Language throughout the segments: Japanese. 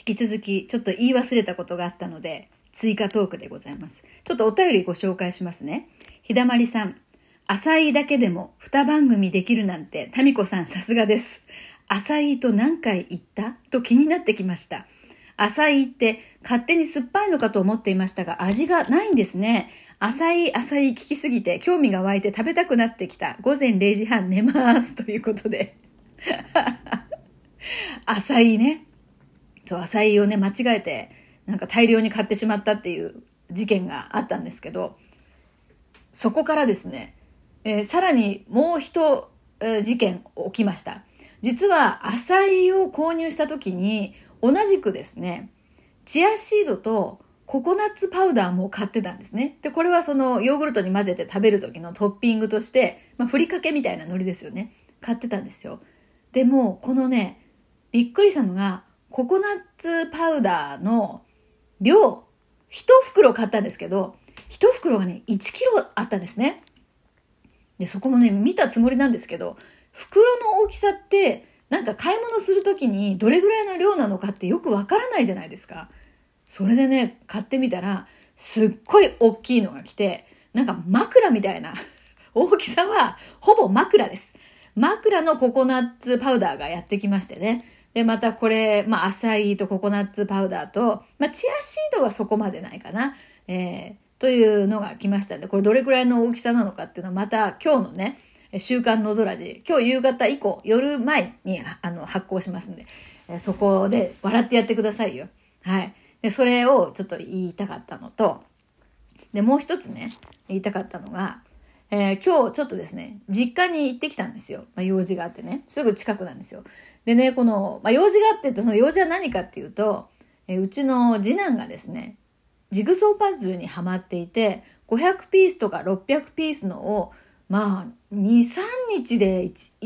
引き続きちょっと言い忘れたことがあったので、追加トークでございます。ちょっとお便りご紹介しますね。ひだまりさん、浅井だけでも2番組できるなんて、タミコさんさすがです。浅井と何回言ったと気になってきました。浅井って勝手に酸っぱいのかと思っていましたが、味がないんですね。浅井聞きすぎて興味が湧いて食べたくなってきた。午前0時半寝ますということで。浅井ね。そう、浅井をね、間違えて、なんか大量に買ってしまったっていう事件があったんですけど、そこからですね、さらにもう一事件起きました。実は浅井を購入した時に、同じくですね、チアシードとココナッツパウダーも買ってたんですね。で、これはそのヨーグルトに混ぜて食べる時のトッピングとして、ふりかけみたいなノリですよね。買ってたんですよ。でも、このね、びっくりしたのが、ココナッツパウダーの量、一袋買ったんですけど、一袋がね、1キロあったんですね。で、そこもね、見たつもりなんですけど、袋の大きさって、なんか買い物するときにどれぐらいの量なのかってよくわからないじゃないですか。それでね、買ってみたら、すっごい大きいのが来て、なんか枕みたいな大きさはほぼ枕です。枕のココナッツパウダーがやってきましてね。で、またこれ、浅いとココナッツパウダーと、チアシードはそこまでないかな。というのが来ましたんで、これどれくらいの大きさなのかっていうのはまた今日のね、週刊のぞらじ、今日夕方以降、夜前に発行しますんで、そこで笑ってやってくださいよ。はい。で、それをちょっと言いたかったのと、で、もう一つね、言いたかったのが、今日ちょっとですね、実家に行ってきたんですよ。用事があってね。すぐ近くなんですよ。でね、この、用事があってその用事は何かっていうと、うちの次男がですね、ジグソーパズルにハマっていて、500ピースとか600ピースのを、2、3日で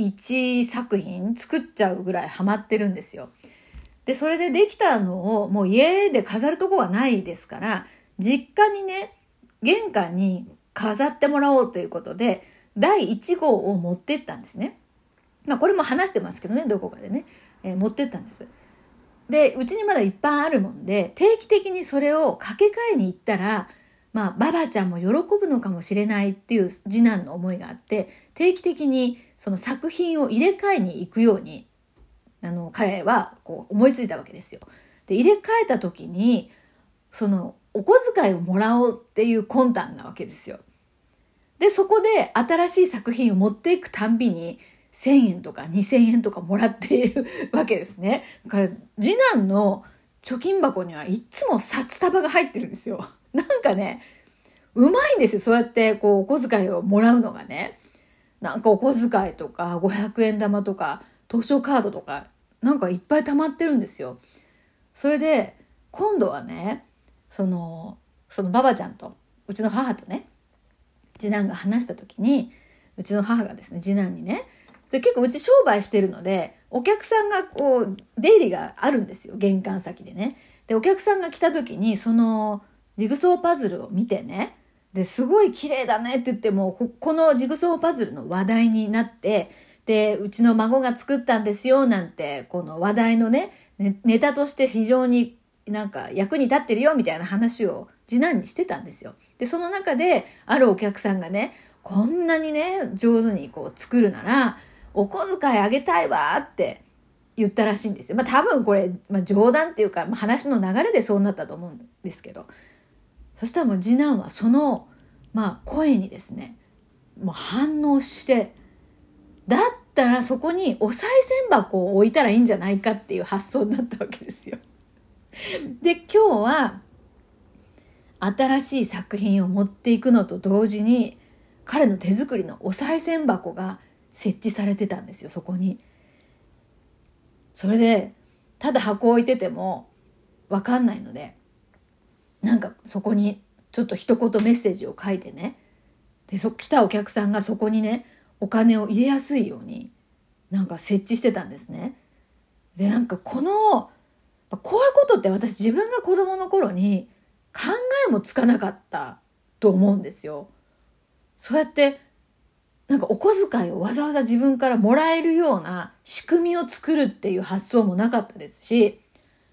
1作品作っちゃうぐらいハマってるんですよ。で、それでできたのをもう家で飾るとこはないですから、実家にね、玄関に飾ってもらおうということで、第1号を持ってったんですね。これも話してますけどね、どこかでね、持ってったんです。で、うちにまだいっぱいあるもんで、定期的にそれを掛け替えに行ったら、ババちゃんも喜ぶのかもしれないっていう次男の思いがあって、定期的にその作品を入れ替えに行くように、彼はこう思いついたわけですよ。で、入れ替えた時に、そのお小遣いをもらおうっていう魂胆なわけですよ。で、そこで新しい作品を持っていくたんびに、1000円とか2000円とかもらっているわけですね。だから次男の貯金箱にはいつも札束が入ってるんですよ。なんかね、うまいんですよ。そうやってこうお小遣いをもらうのがね。なんかお小遣いとか500円玉とか図書カードとかなんかいっぱい溜まってるんですよ。それで今度はね、そのババちゃんとうちの母とね、次男が話した時に、うちの母がですね、次男にね、で結構うち商売してるので、お客さんがこう、出入りがあるんですよ、玄関先でね。で、お客さんが来た時に、その、ジグソーパズルを見てね、で、すごい綺麗だねって言っても、このジグソーパズルの話題になって、で、うちの孫が作ったんですよ、なんて、この話題のね、ネタとして非常になんか役に立ってるよ、みたいな話を次男にしてたんですよ。で、その中で、あるお客さんがね、こんなにね、上手にこう作るなら、お小遣いあげたいわって言ったらしいんですよ。多分これ、冗談っていうか、話の流れでそうなったと思うんですけど。そしたらもう次男はその、声にですね、もう反応して、だったらそこにお賽銭箱を置いたらいいんじゃないかっていう発想になったわけですよ。で、今日は、新しい作品を持っていくのと同時に、彼の手作りのお賽銭箱が設置されてたんですよ、そこに。それで、ただ箱置いててもわかんないので、なんかそこにちょっと一言メッセージを書いてね、で、来たお客さんがそこにね、お金を入れやすいように、なんか設置してたんですね。で、なんかこういうことって私自分が子供の頃に考えもつかなかったと思うんですよ。そうやってなんかお小遣いをわざわざ自分からもらえるような仕組みを作るっていう発想もなかったですし、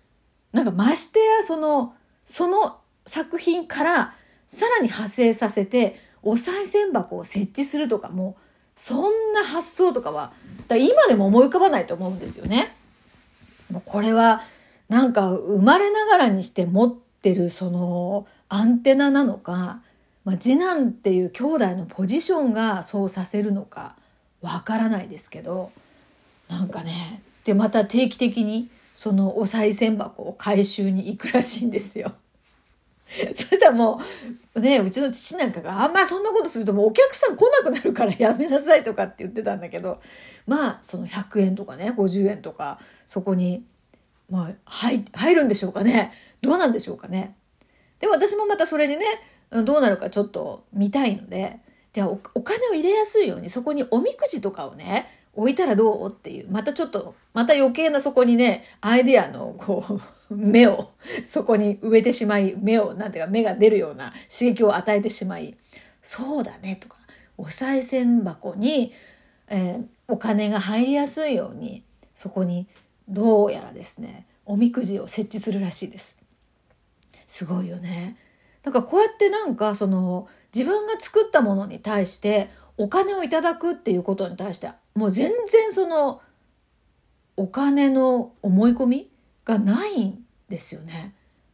なんかましてやその作品からさらに派生させてお賽銭箱を設置するとかも、そんな発想とかは今でも思い浮かばないと思うんですよね。もうこれはなんか生まれながらにして持ってるそのアンテナなのか、次男っていう兄弟のポジションがそうさせるのかわからないですけど、なんかね、でまた定期的にそのお賽銭箱を回収に行くらしいんですよ。そしたらもうね、うちの父なんかがあんまそんなことするともうお客さん来なくなるからやめなさいとかって言ってたんだけど、その100円とかね、50円とかそこに入るんでしょうかね。どうなんでしょうかね。で、私もまたそれにね、どうなるかちょっと見たいので、じゃあお金を入れやすいようにそこにおみくじとかをね、置いたらどうっていう、また余計なそこにね、アイデアの目をそこに植えてしまい、目が出るような刺激を与えてしまい、そうだねとか、お賽銭箱に、お金が入りやすいように、そこにどうやらですね、おみくじを設置するらしいです。すごいよね。なんかこうやって自分が作ったものに対してお金をいただくっていうことに対してもう全然お金の思い込みがないんですよね。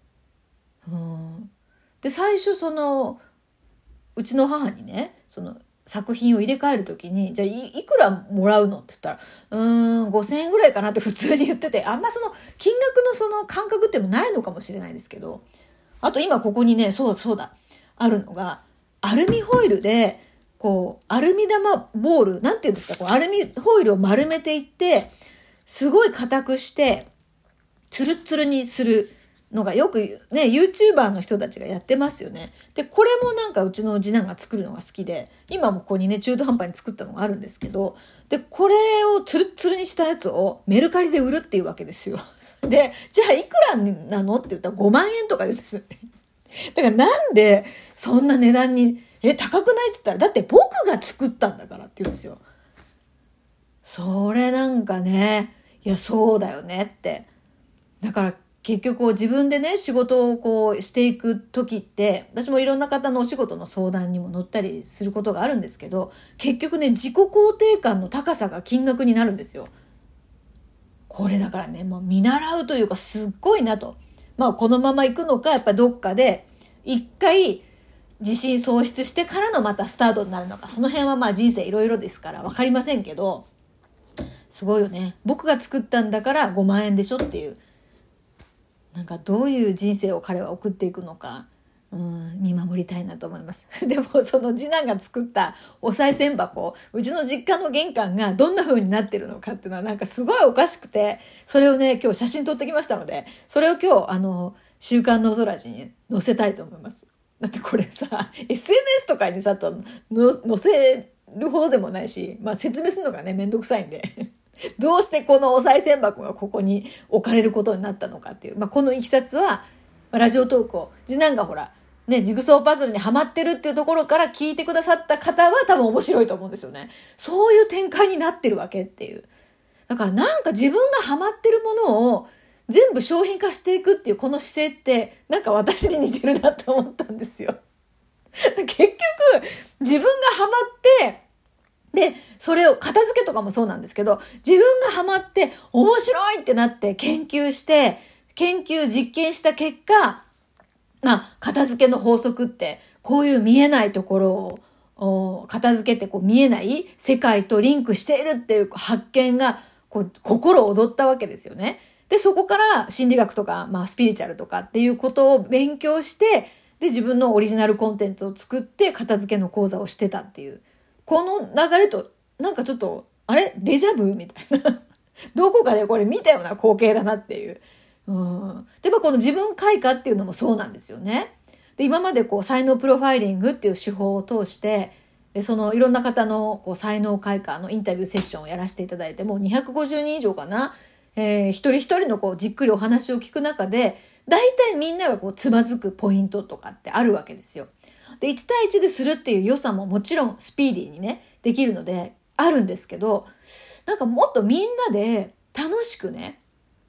で、最初うちの母にね、作品を入れ替えるときに、じゃあいくらもらうのって言ったら、5000円ぐらいかなって普通に言ってて、あんま金額の感覚ってもないのかもしれないですけど、あと今ここにね、そうだ、あるのが、アルミホイルで、アルミ玉ボール、なんていうんですか、アルミホイルを丸めていって、すごい硬くして、ツルッツルにするのがよくね、YouTuber の人たちがやってますよね。で、これもなんかうちの次男が作るのが好きで、今もここにね、中途半端に作ったのがあるんですけど、で、これをツルッツルにしたやつをメルカリで売るっていうわけですよ。で、じゃあいくらなのって言ったら5万円とか言うんですよね。だからなんでそんな値段に、高くないって言ったら、だって僕が作ったんだからって言うんですよ。それなんかね、いやそうだよねって。だから結局自分でね、仕事をしていく時って、私もいろんな方のお仕事の相談にも乗ったりすることがあるんですけど、結局ね、自己肯定感の高さが金額になるんですよ。これだからね、もう見習うというかすっごいなと。このまま行くのか、やっぱどっかで一回自信喪失してからのまたスタートになるのか、その辺は人生いろいろですからわかりませんけど、すごいよね。僕が作ったんだから5万円でしょっていう。なんかどういう人生を彼は送っていくのか、見守りたいなと思います。でもその次男が作ったお賽銭箱、うちの実家の玄関がどんな風になってるのかっていうのはなんかすごいおかしくて、それをね、今日写真撮ってきましたので、それを今日週刊の空に載せたいと思います。だってこれさ、SNS とかにさ、載せるほどでもないし、説明するのがね、めんどくさいんで。どうしてこのお賽銭箱がここに置かれることになったのかっていう。このいきさつは、ラジオトークを、次男がほら、ね、ジグソーパズルにハマってるっていうところから聞いてくださった方は多分面白いと思うんですよね。そういう展開になってるわけっていう。だからなんか自分がハマってるものを全部商品化していくっていうこの姿勢って、なんか私に似てるなと思ったんですよ。結局、自分がハマって、で、それを片付けとかもそうなんですけど、自分がハマって面白いってなって研究して、実験した結果、片付けの法則って、こういう見えないところを片付けて見えない世界とリンクしているっていう発見が、心躍ったわけですよね。で、そこから心理学とか、スピリチュアルとかっていうことを勉強して、で、自分のオリジナルコンテンツを作って片付けの講座をしてたっていう。この流れと、なんかちょっと、あれデジャブみたいな。どこかでこれ見たような光景だなっていう。で、この自分開花っていうのもそうなんですよね。で、今まで才能プロファイリングっていう手法を通して、で、いろんな方の才能開花のインタビューセッションをやらせていただいて、もう250人以上かな。一人一人のじっくりお話を聞く中で、大体みんながつまずくポイントとかってあるわけですよ。で、1対1でするっていう良さももちろんスピーディーにね、できるのであるんですけど、なんかもっとみんなで楽しくね、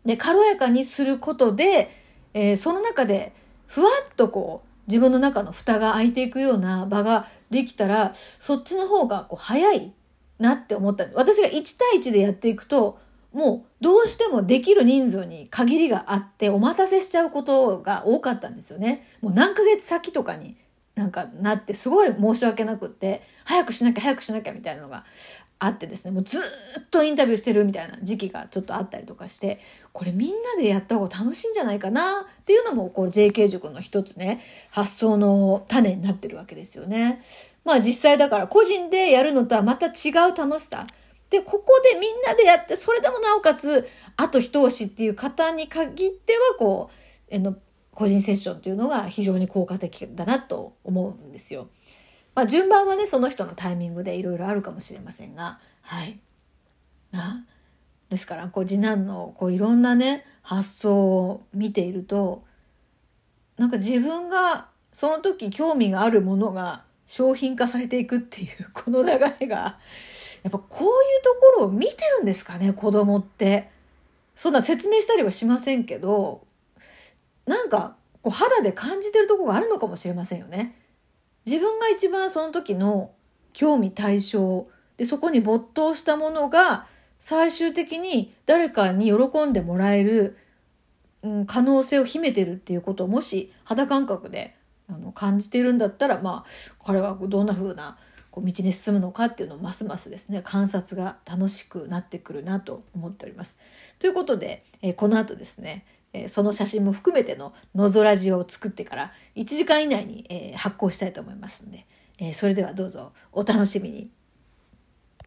で、軽やかにすることで、その中でふわっとこう自分の中の蓋が開いていくような場ができたら、そっちの方がこう早いなって思ったんです。私が1対1でやっていくと、もうどうしてもできる人数に限りがあってお待たせしちゃうことが多かったんですよね。もう何ヶ月先とかになってすごい申し訳なくって、早くしなきゃみたいなのがあってですね、もうずっとインタビューしてるみたいな時期がちょっとあったりとかして、これみんなでやった方が楽しいんじゃないかなっていうのも、こう JK 塾の一つね、発想の種になってるわけですよね。まあ実際だから個人でやるのとはまた違う楽しさ。で、ここでみんなでやって、それでもなおかつ、あと一押しっていう方に限っては、こう、個人セッションっていうのが非常に効果的だなと思うんですよ。まあ順番はね、その人のタイミングでいろいろあるかもしれませんが、はい。ですから、こう次男のこういろんなね、発想を見ていると、なんか自分がその時興味があるものが商品化されていくっていうこの流れが、やっぱこういうところを見てるんですかね、子供って。そんな説明したりはしませんけど、なんかこう肌で感じてるところがあるのかもしれませんよね。自分が一番その時の興味対象で、そこに没頭したものが最終的に誰かに喜んでもらえる、可能性を秘めてるっていうことをもし肌感覚で感じているんだったら、まあこれはどんな風な道に進むのかっていうのをますますですね、観察が楽しくなってくるなと思っております。ということで、この後ですね、その写真も含めてののぞラジオを作ってから1時間以内に、発行したいと思いますので、それではどうぞお楽しみに。